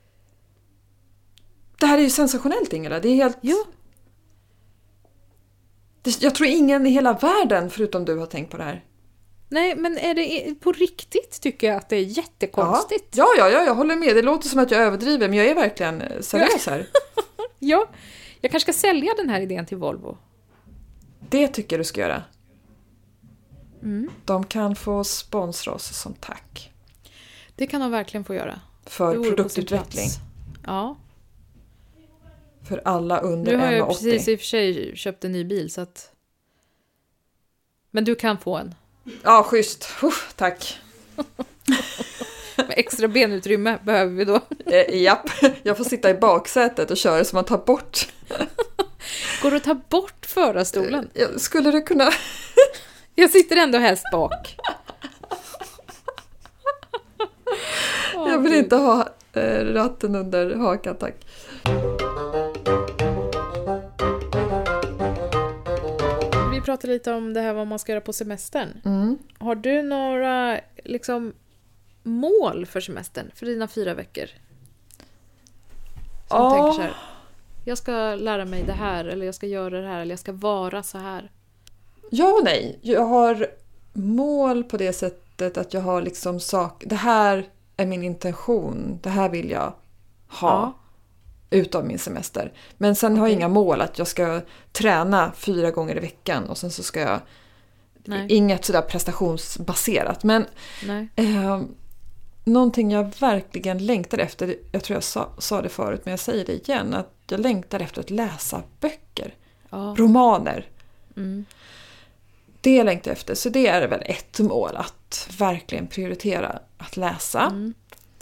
Det här är ju sensationellt, Ingela. Det är helt... Ja. Jag tror ingen i hela världen förutom du har tänkt på det här. Nej, men är det på riktigt tycker jag att det är jättekonstigt. Ja, jag håller med. Det låter som att jag överdriver, men jag är verkligen seriös här. Ja, jag kanske ska sälja den här idén till Volvo. Det tycker jag du ska göra. De kan få sponsra oss som tack. Det kan de verkligen få göra. För Det vore på sin produktutveckling. plats. Ja. För alla under Nu har 1,80. jag precis i och för sig köpt en ny bil så att... Men du kan få en. Ja, schysst. Tack. Med extra benutrymme behöver vi då. Japp, jag får sitta i baksätet och köra så man tar bort. Går det att ta bort förarstolen? Skulle det kunna... Jag sitter ändå helst bak. Jag vill inte ha ratten under hakan, tack. Vi pratade lite om det här vad man ska göra på semestern. Har du några liksom mål för semestern? För dina 4 veckor? Som tänker så här, jag ska lära mig det här, eller jag ska göra det här, eller jag ska vara så här. Ja och nej. Jag har mål på det sättet att jag har liksom det här är min intention. Det här vill jag ha utav min semester. Men sen har jag inga mål att jag ska träna 4 gånger i veckan och sen så ska jag... Inget sådär prestationsbaserat. Men någonting jag verkligen längtar efter, jag tror jag sa det förut men jag säger det igen, att jag längtar efter att läsa böcker. Romaner. Det längtar jag efter. Så det är väl ett mål, att verkligen prioritera att läsa.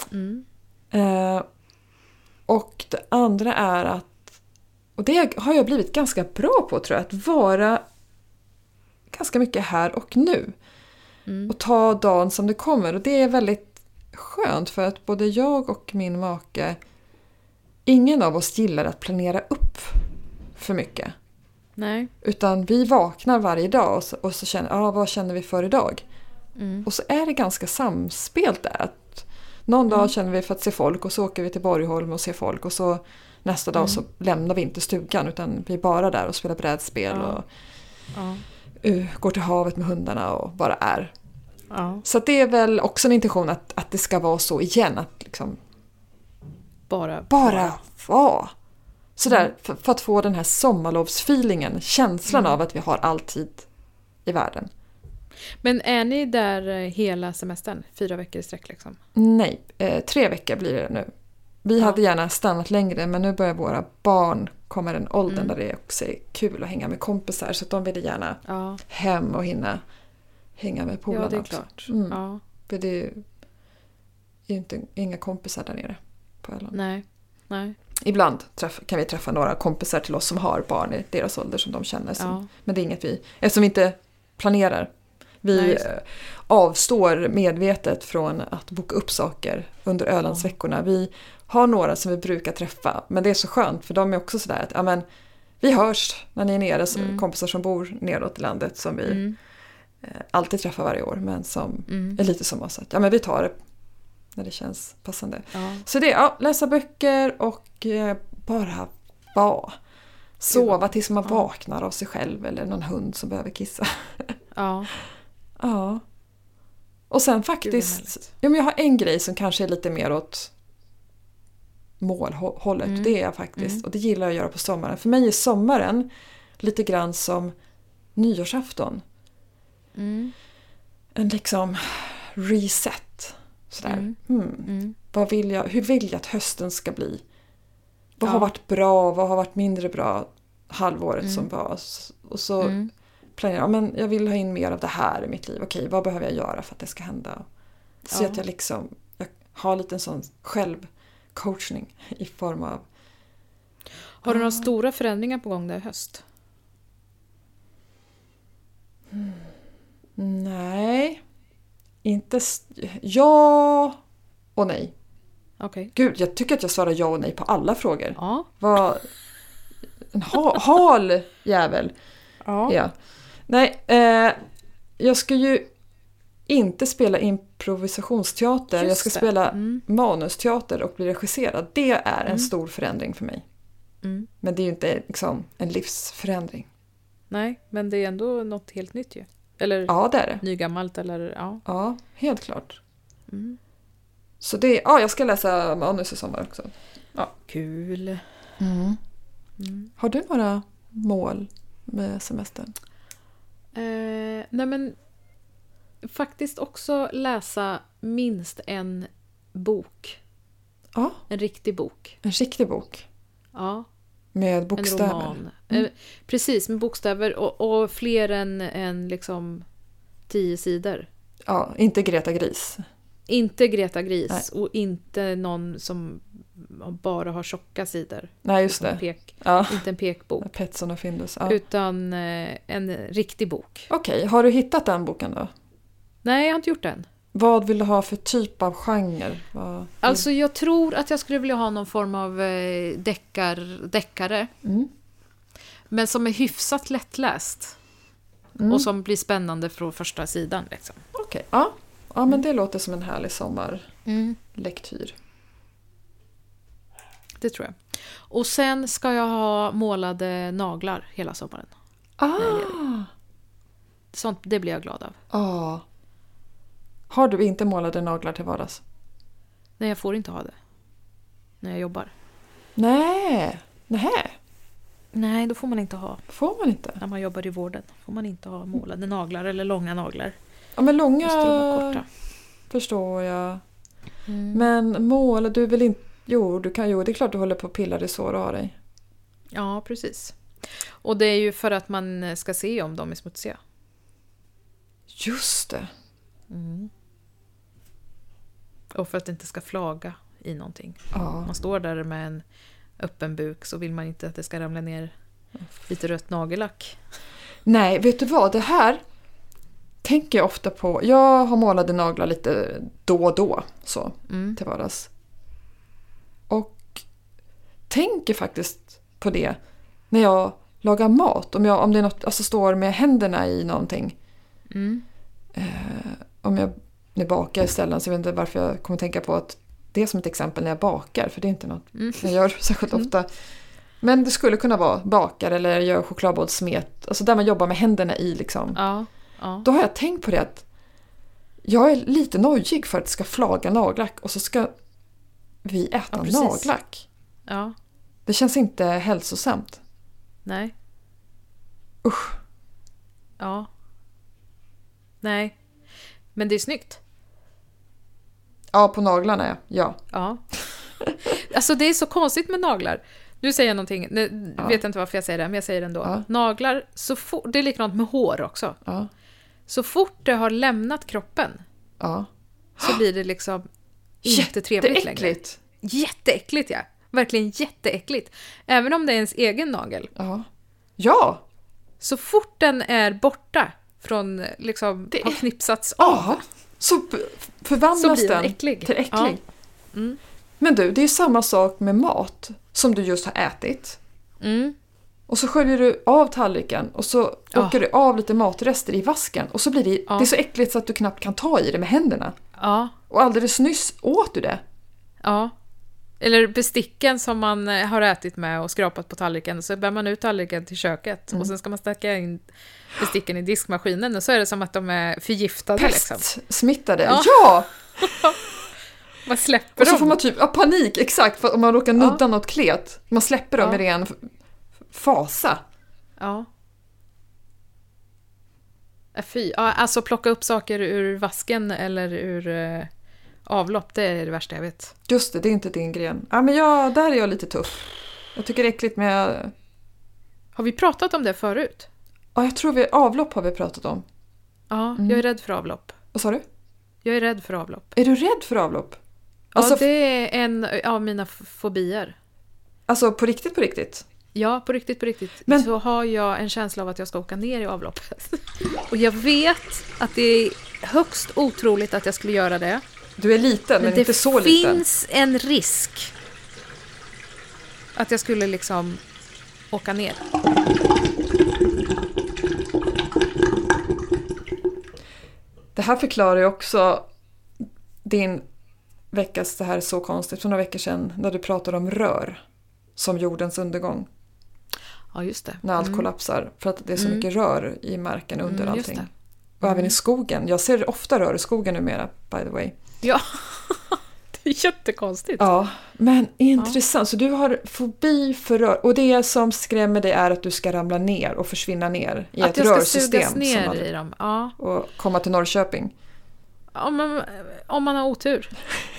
Och det andra är att, och det har jag blivit ganska bra på tror jag, att vara ganska mycket här och nu. Och ta dagen som det kommer. Och det är väldigt skönt för att både jag och min make ingen av oss gillar att planera upp för mycket. Nej. Utan vi vaknar varje dag och så känner vad känner vi för idag? Och så är det ganska samspelt där. Att någon dag känner vi för att se folk och så åker vi till Borgholm och ser folk. Och så nästa dag så lämnar vi inte stugan utan vi är bara där och spelar brädspel och går till havet med hundarna och bara är. Ja. Så att det är väl också en intention att det ska vara så igen. Att liksom Bara vara. Sådär, för att få den här sommarlovsfeelingen, känslan av att vi har all tid i världen. Men är ni där hela semestern? 4 veckor i sträck liksom? Nej, 3 veckor blir det nu. Vi hade gärna stannat längre, men nu börjar våra barn komma i den åldern där det också är kul att hänga med kompisar. Så att de ville gärna hem och hinna hänga med polarna. Ja, det är också. klart. Ja. För det är ju inte inga kompisar där nere på Öland. Nej. Ibland kan vi träffa några kompisar till oss som har barn i deras ålder som de känner. Men det är inget eftersom vi inte planerar. Vi avstår medvetet från att boka upp saker under Ölandsveckorna. Vi har några som vi brukar träffa. Men det är så skönt för de är också sådär att vi hörs när ni är nere. Kompisar som bor neråt i landet som vi alltid träffar varje år. Men som är lite som oss. Att, men vi tar det när det känns passande. Ja. Så det är läsa böcker och bara vara. Sova tills man vaknar av sig själv eller någon hund som behöver kissa. Ja. Ja. Och sen faktiskt, jag har en grej som kanske är lite mer åt målhållet. Det är jag faktiskt. Och det gillar jag att göra på sommaren. För mig är sommaren lite grann som nyårsafton. En liksom reset. Sådär. Hur vill jag att hösten ska bli? Vad har varit bra? Vad har varit mindre bra halvåret som var? Och så planerar men jag vill ha in mer av det här i mitt liv. Okej, vad behöver jag göra för att det ska hända? Så att jag har lite en sån självcoachning i form av... Har du några stora förändringar på gång där i höst? Nej. Inte... Ja och nej. Okay. Gud, jag tycker att jag svarar ja och nej på alla frågor. Ja. Vad... En hal jävel. Ja. Nej, jag ska ju inte spela improvisationsteater. Jag ska spela manusteater och bli regisserad. Det är en stor förändring för mig. Men det är ju inte liksom en livsförändring. Nej, men det är ändå något helt nytt ju. Eller det är det. Nygammalt eller Ja, helt klart. Så det jag ska läsa manus i sommar också. Ja. Kul. Har du några mål med semestern? Nej men faktiskt också läsa minst en bok. Ja. En riktig bok. En riktig bok? Ja. Med bokstäver? En roman. Precis, med bokstäver och fler än liksom 10 sidor. Ja, inte Greta Gris. Inte Greta Gris. Nej. Och inte någon som bara har tjocka sidor. Nej, just det. Inte en pekbok. Petson och Findus. Utan en riktig bok. Okej, har du hittat den boken då? Nej, jag har inte gjort den. Vad vill du ha för typ av genre? Alltså jag tror att jag skulle vilja ha någon form av deckare. Men som är hyfsat lättläst. Och som blir spännande från första sidan. Liksom. Okej, ja. Ja, men det låter som en härlig sommarlektyr. Det tror jag. Och sen ska jag ha målade naglar hela sommaren. Sånt, det blir jag glad av. Har du inte målade naglar till vardags? Nej, jag får inte ha det. När jag jobbar. Nej, då får man inte ha. Får man inte? När man jobbar i vården får man inte ha målade naglar eller långa naglar. Ja, men långa korta. Förstår jag. Men måla, du vill inte... Jo, det är klart du håller på att pilla det sår och har dig. Ja, precis. Och det är ju för att man ska se om de är smutsiga. Just det. Och för att det inte ska flaga i någonting. Ja. Man står där med en öppen buk så vill man inte att det ska ramla ner lite rött nagellack. Nej, vet du vad? Det här tänker jag ofta på. Jag har målade naglar lite då och då så till vardags. Och tänker faktiskt på det när jag lagar mat. Om det är något, alltså står med händerna i någonting. Om jag nu bakar istället, så jag vet inte varför jag kommer tänka på att det är som ett exempel när jag bakar. För det är inte något jag gör särskilt ofta. Men det skulle kunna vara bakar eller gör chokladbollssmet. Alltså där man jobbar med händerna i liksom. Ja. Då har jag tänkt på det att jag är lite nojig för att det ska flaga nagellack. Och så ska vi äta nagellack. Ja. Det känns inte hälsosamt. Nej. Usch. Ja. Nej. Men det är snyggt. Ja, på naglarna, ja. Ja. Alltså det är så konstigt med naglar. Nu säger jag någonting, nu vet jag inte varför jag säger det, men jag säger det ändå. Ja. Naglar, det är likadant med hår också. Ja. Så fort det har lämnat kroppen så blir det liksom inte trevligt längre. Jätteäckligt, ja. Verkligen jätteäckligt. Även om det är ens egen nagel. Ja. Så fort den är borta från liksom har knipsats av. Så förvandlas så blir den äcklig. till äcklig. Ja. Mm. Men du, det är samma sak med mat som du just har ätit. Och så sköljer du av tallriken och så åker du av lite matrester i vasken. Och så blir det är så äckligt så att du knappt kan ta i det med händerna. Ja. Och alldeles nyss åt du det. Ja. Eller besticken som man har ätit med och skrapat på tallriken. Så bär man ut tallriken till köket. Och sen ska man stacka in besticken i diskmaskinen. Och så är det som att de är förgiftade. Pestsmittade. Liksom. Ja! Man släpper och så dem. får man typ panik, exakt. För om man råkar nudda något klet. Man släpper dem i ren fasa. Ja. Fy. Ja, alltså plocka upp saker ur vasken eller ur avlopp, det är det värsta jag vet. Just det är inte din gren. Ja, men där är jag lite tuff. Jag tycker det är äckligt med... Har vi pratat om det förut? Ja, jag tror avlopp har vi pratat om. Ja, jag är rädd för avlopp. Vad sa du? Jag är rädd för avlopp. Är du rädd för avlopp? Alltså, ja, det är en av mina fobier. Alltså på riktigt, på riktigt? Ja, på riktigt, på riktigt. Men... så har jag en känsla av att jag ska åka ner i avloppet. Och jag vet att det är högst otroligt att jag skulle göra det. Du är liten, men inte så liten. Det finns en risk att jag skulle liksom åka ner. Det här förklarar ju också din veckas, det här är så konstigt, för några veckor sedan när du pratade om rör som jordens undergång. Ja, just det. När allt kollapsar, för att det är så mycket rör i marken under allting. Och även i skogen. Jag ser ofta rör i skogen numera, by the way. Ja, det är jättekonstigt. Ja, men intressant. Så du har fobi för rör. Och det som skrämmer dig är att du ska ramla ner och försvinna ner i ett rörsystem. Att jag ska sugas ner i dem, ja. Och komma till Norrköping. Om man har otur.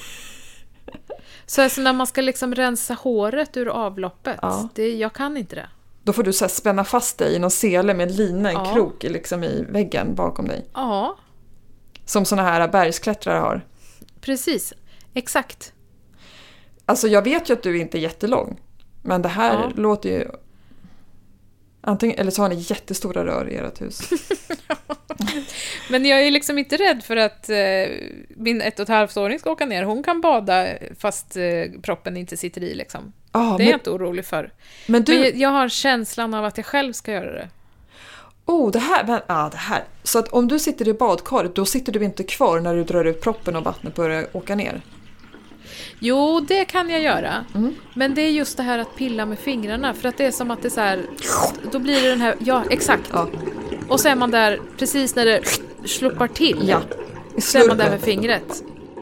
Så alltså när man ska liksom rensa håret ur avloppet, jag kan inte det. Då får du så här spänna fast dig i någon sele med lina, en krok liksom i väggen bakom dig. Ja. Som såna här bergsklättrare har. Precis, exakt. Alltså jag vet ju att du inte är jättelång. Men det här låter ju... Antingen, eller så har ni jättestora rör i ert hus. Men jag är liksom inte rädd för att min 1,5-åring ska åka ner. Hon kan bada fast proppen inte sitter i liksom. Det är jag inte orolig för. Men jag har känslan av att jag själv ska göra det. Det här. Så att om du sitter i badkaret, då sitter du inte kvar när du drar ut proppen och vattnet börjar åka ner. Jo, det kan jag göra. Men det är just det här att pilla med fingrarna. För att det är som att det är så här... Då blir det den här... Ja, exakt. Ja. Och så är man där precis när det sluppar till. Ja. Så är man där med fingret.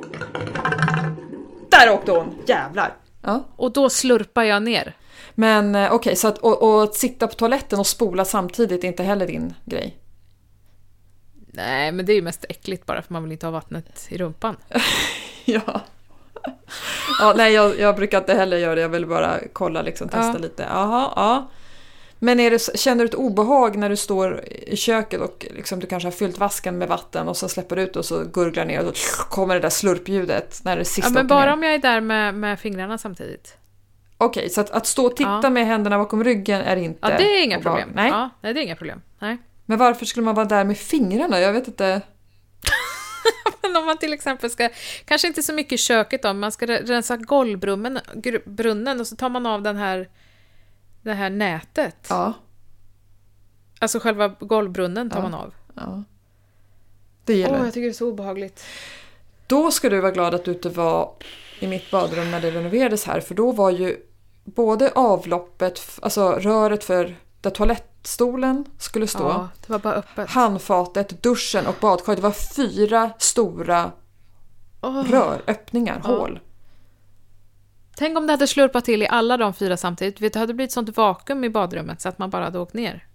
Där åkte hon! Jävlar! Ja. Och då slurpar jag ner. Men okej, så att sitta på toaletten och spola samtidigt är inte heller din grej? Nej, men det är ju mest äckligt bara för man vill inte ha vattnet i rumpan. Ja. Nej, jag brukar inte heller göra det. Jag vill bara kolla, liksom, testa lite. Jaha, ja. Men känner du ett obehag när du står i köket och liksom, du kanske har fyllt vasken med vatten och så släpper ut och så gurglar ner och så kommer det där slurpljudet när det är sista. Ja, men bara om jag är där med fingrarna samtidigt. Okej, så att stå och titta med händerna bakom ryggen är inte... Ja, det är inga problem. Nej. Ja, det är inga problem. Nej. Men varför skulle man vara där med fingrarna? Jag vet inte... Men om man till exempel ska, kanske inte så mycket i köket då, man ska rensa golvbrunnen och så tar man av det här nätet. Ja. Alltså själva golvbrunnen tar man av. Ja. Det gäller. Jag tycker det är så obehagligt. Då ska du vara glad att du inte var i mitt badrum när det renoverades här. För då var ju både avloppet, alltså röret för där toalettstolen skulle stå. Ja, det var bara öppet. Handfatet, duschen och badkaret. Det var 4 stora röröppningar, hål. Tänk om det hade slurpat till i alla de 4 samtidigt. Det hade blivit sånt vakuum i badrummet så att man bara hade åkt ner.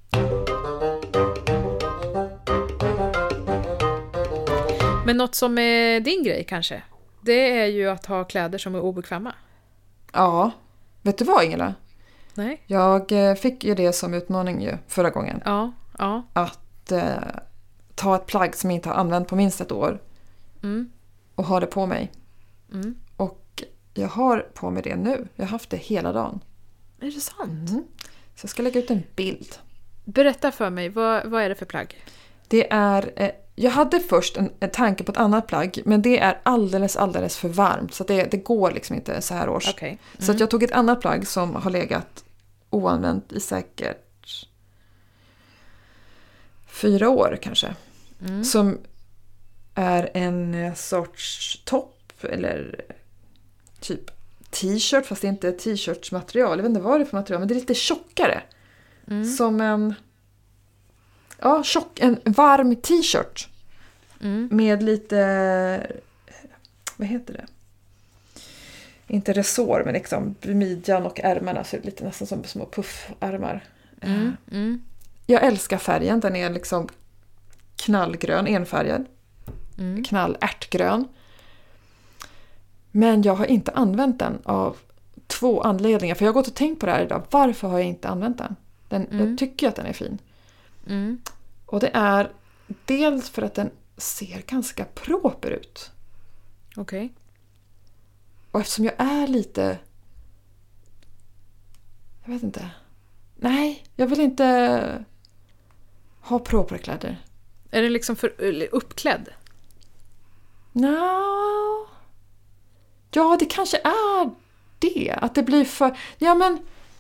Men något som är din grej kanske, det är ju att ha kläder som är obekväma. Ja, vet du vad Ingela? Nej. Jag fick ju det som utmaning ju förra gången. Ja. Att ta ett plagg som jag inte har använt på minst ett år. Och ha det på mig. Och jag har på mig det nu. Jag har haft det hela dagen. Är det sant? Så jag ska lägga ut en bild. Berätta för mig, vad är det för plagg? Det är... jag hade först en tanke på ett annat plagg. Men det är alldeles för varmt. Så det går liksom inte så här års. Okay. Så att jag tog ett annat plagg som har legat oanvänt i säkert 4 år kanske. Som är en sorts topp eller typ t-shirt, fast det är inte t-shirtsmaterial. Jag vet inte vad det är för material, men det är lite tjockare. Som en varm t-shirt. Med lite, vad heter det? Inte resår, men liksom midjan och ärmarna så är det lite nästan som små puffärmar. Jag älskar färgen, den är liksom knallgrön, enfärgad. Knallärtgrön. Men jag har inte använt den av 2 anledningar. För jag har gått och tänkt på det här idag. Varför har jag inte använt den? Jag tycker att den är fin. Och det är dels för att den ser ganska proper ut. Okej. Och eftersom jag är lite... Jag vet inte. Nej, jag vill inte ha propra kläder. Är det liksom för uppklädd? No. Ja, det kanske är det. Att det blir för... Ja, men...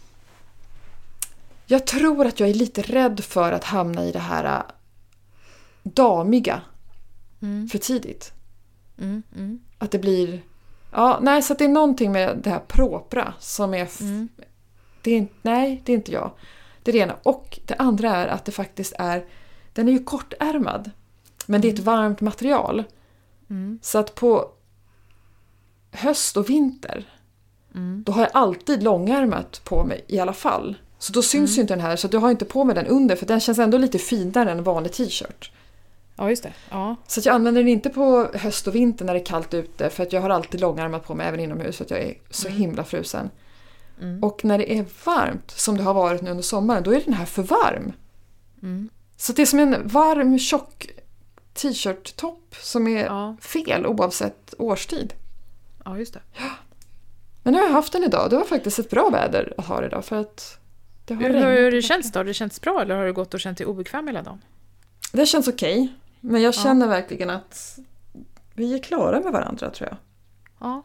Jag tror att jag är lite rädd för att hamna i det här damiga för tidigt. Att det blir... Ja, nej, så att det är någonting med det här propra som är... Nej, det är inte jag. Det är det ena. Och det andra är att det faktiskt är... Den är ju kortärmad. Men det är ett varmt material. Så att på höst och vinter då har jag alltid långärmat på mig i alla fall. Så då syns ju inte den här. Så jag har inte på mig den under. För den känns ändå lite finare än en vanlig t-shirt. Ja, just det. Ja. Så att jag använder den inte på höst och vinter när det är kallt ute. För att jag har alltid långärmat på mig även inomhus. Så att jag är så himla frusen. Och när det är varmt, som det har varit nu under sommaren, då är den här för varm. Så det är som en varm, tjock t-shirt-topp som är fel oavsett årstid. Ja, just det. Men nu har jag haft den idag. Det var faktiskt ett bra väder att ha det idag. För att det har Hur har det känts då? Har det känts bra eller har du gått och känt dig obekväm hela dagen? Det känns okej. Men jag känner verkligen att vi är klara med varandra, tror jag. Ja.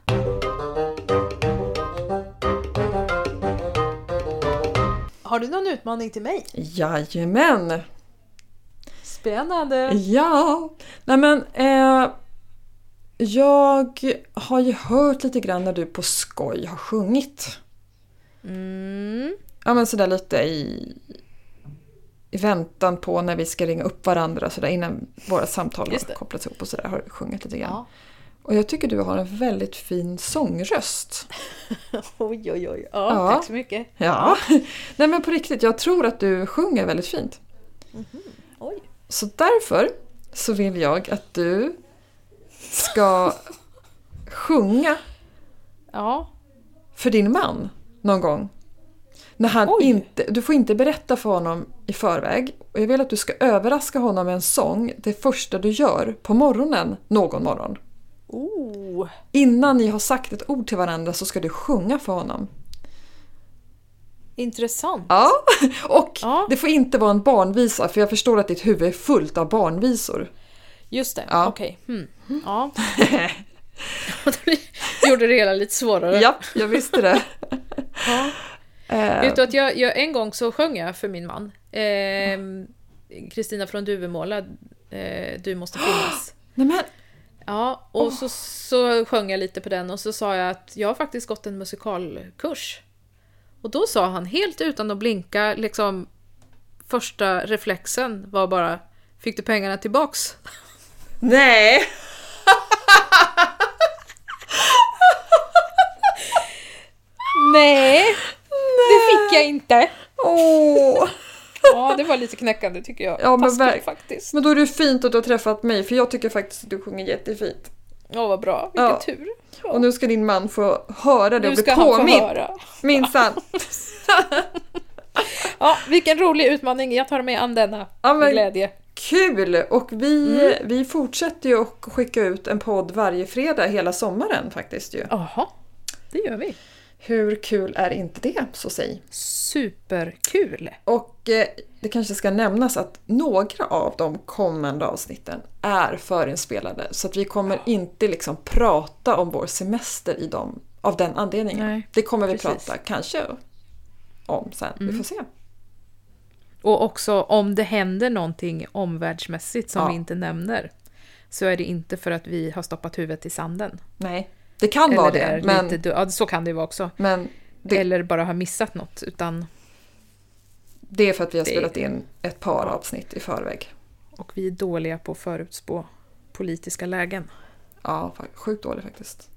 Har du någon utmaning till mig? Jajamän! Spännande! Ja! Nej men, jag har ju hört lite grann när du på skoj har sjungit. Ja men sådär lite i väntan på när vi ska ringa upp varandra sådär innan våra samtal har kopplats ihop och sådär har du sjungit lite grann. Ja. Och jag tycker du har en väldigt fin sångröst. Oj. Ja, tack så mycket. Ja. Nej men på riktigt, jag tror att du sjunger väldigt fint. Oj. Så därför så vill jag att du ska sjunga för din man någon gång. När han du får inte berätta för honom i förväg. Och jag vill att du ska överraska honom med en sång det första du gör på morgonen någon morgon. Innan ni har sagt ett ord till varandra så ska du sjunga för honom. Intressant. Ja, och det får inte vara en barnvisa för jag förstår att ditt huvud är fullt av barnvisor. Just det, Ja. okej. Ja. Det gjorde det hela lite svårare. Ja, jag visste det. Ja. Vet du att jag en gång så sjöng jag för min man. Kristina från Duvemåla, Du måste finnas. Nej, men... Ja, och så sjöng jag lite på den och så sa jag att jag har faktiskt gått en musikalkurs. Och då sa han helt utan att blinka, liksom första reflexen var bara, fick du pengarna tillbaks? Nej! Nej, det fick jag inte. Åh! Ja, det var lite knäckande tycker jag. Ja, men Taskigt faktiskt. Men då är det fint att du har träffat mig, för jag tycker faktiskt att du sjunger jättefint. Ja, vad bra. Vilken Ja. tur. Ja. Och nu ska din man få höra det Nu och bli ska han få påmind. höra. Minsann. Ja, vilken rolig utmaning. Jag tar med an denna Ja, med men glädje. kul! Och vi fortsätter ju att skicka ut en podd varje fredag hela sommaren faktiskt ju. Jaha, det gör vi. Hur kul är inte det, så säg. Superkul. Och det kanske ska nämnas att några av de kommande avsnitten är förinspelade. Så att vi kommer inte liksom prata om vår semester i dem av den anledningen. Nej, det kommer vi precis. prata kanske om sen. Vi får se. Och också om det händer någonting omvärldsmässigt som Ja. vi inte nämner, så är det inte för att vi har stoppat huvudet i sanden. Nej, det kan vara det. är Men, lite ja, så kan det ju vara också. men det, Eller bara har missat något, utan det är för att vi har det- spelat in ett par avsnitt i förväg. och vi är dåliga på att förutspå politiska lägen. Ja, sjukt dåligt faktiskt.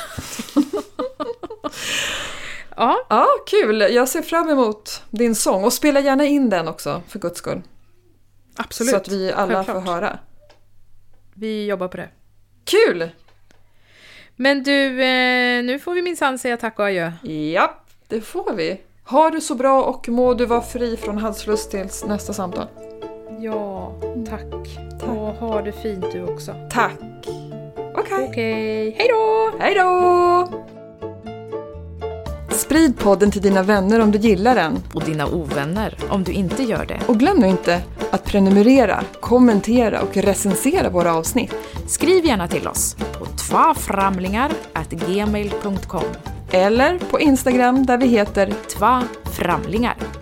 Ja, Ja, kul! Jag ser fram emot din sång. Och spela gärna in den också, för guds skull. absolut. Så att vi alla Självklart. får höra. Vi jobbar på det. Kul! Men du, nu får vi minsann säga tack och adjö. Ja, det får vi. Ha det så bra och må du vara fri från halsfluss tills nästa samtal. Ja, tack. Och ha det fint du också. Tack! Okej. Okej, hej då! Hej då! Sprid podden till dina vänner om du gillar den. Och dina ovänner om du inte gör det. Och glöm nu inte att prenumerera, kommentera och recensera våra avsnitt. Skriv gärna till oss på tvaframlingar@gmail.com. Eller på Instagram där vi heter Tvaframlingar.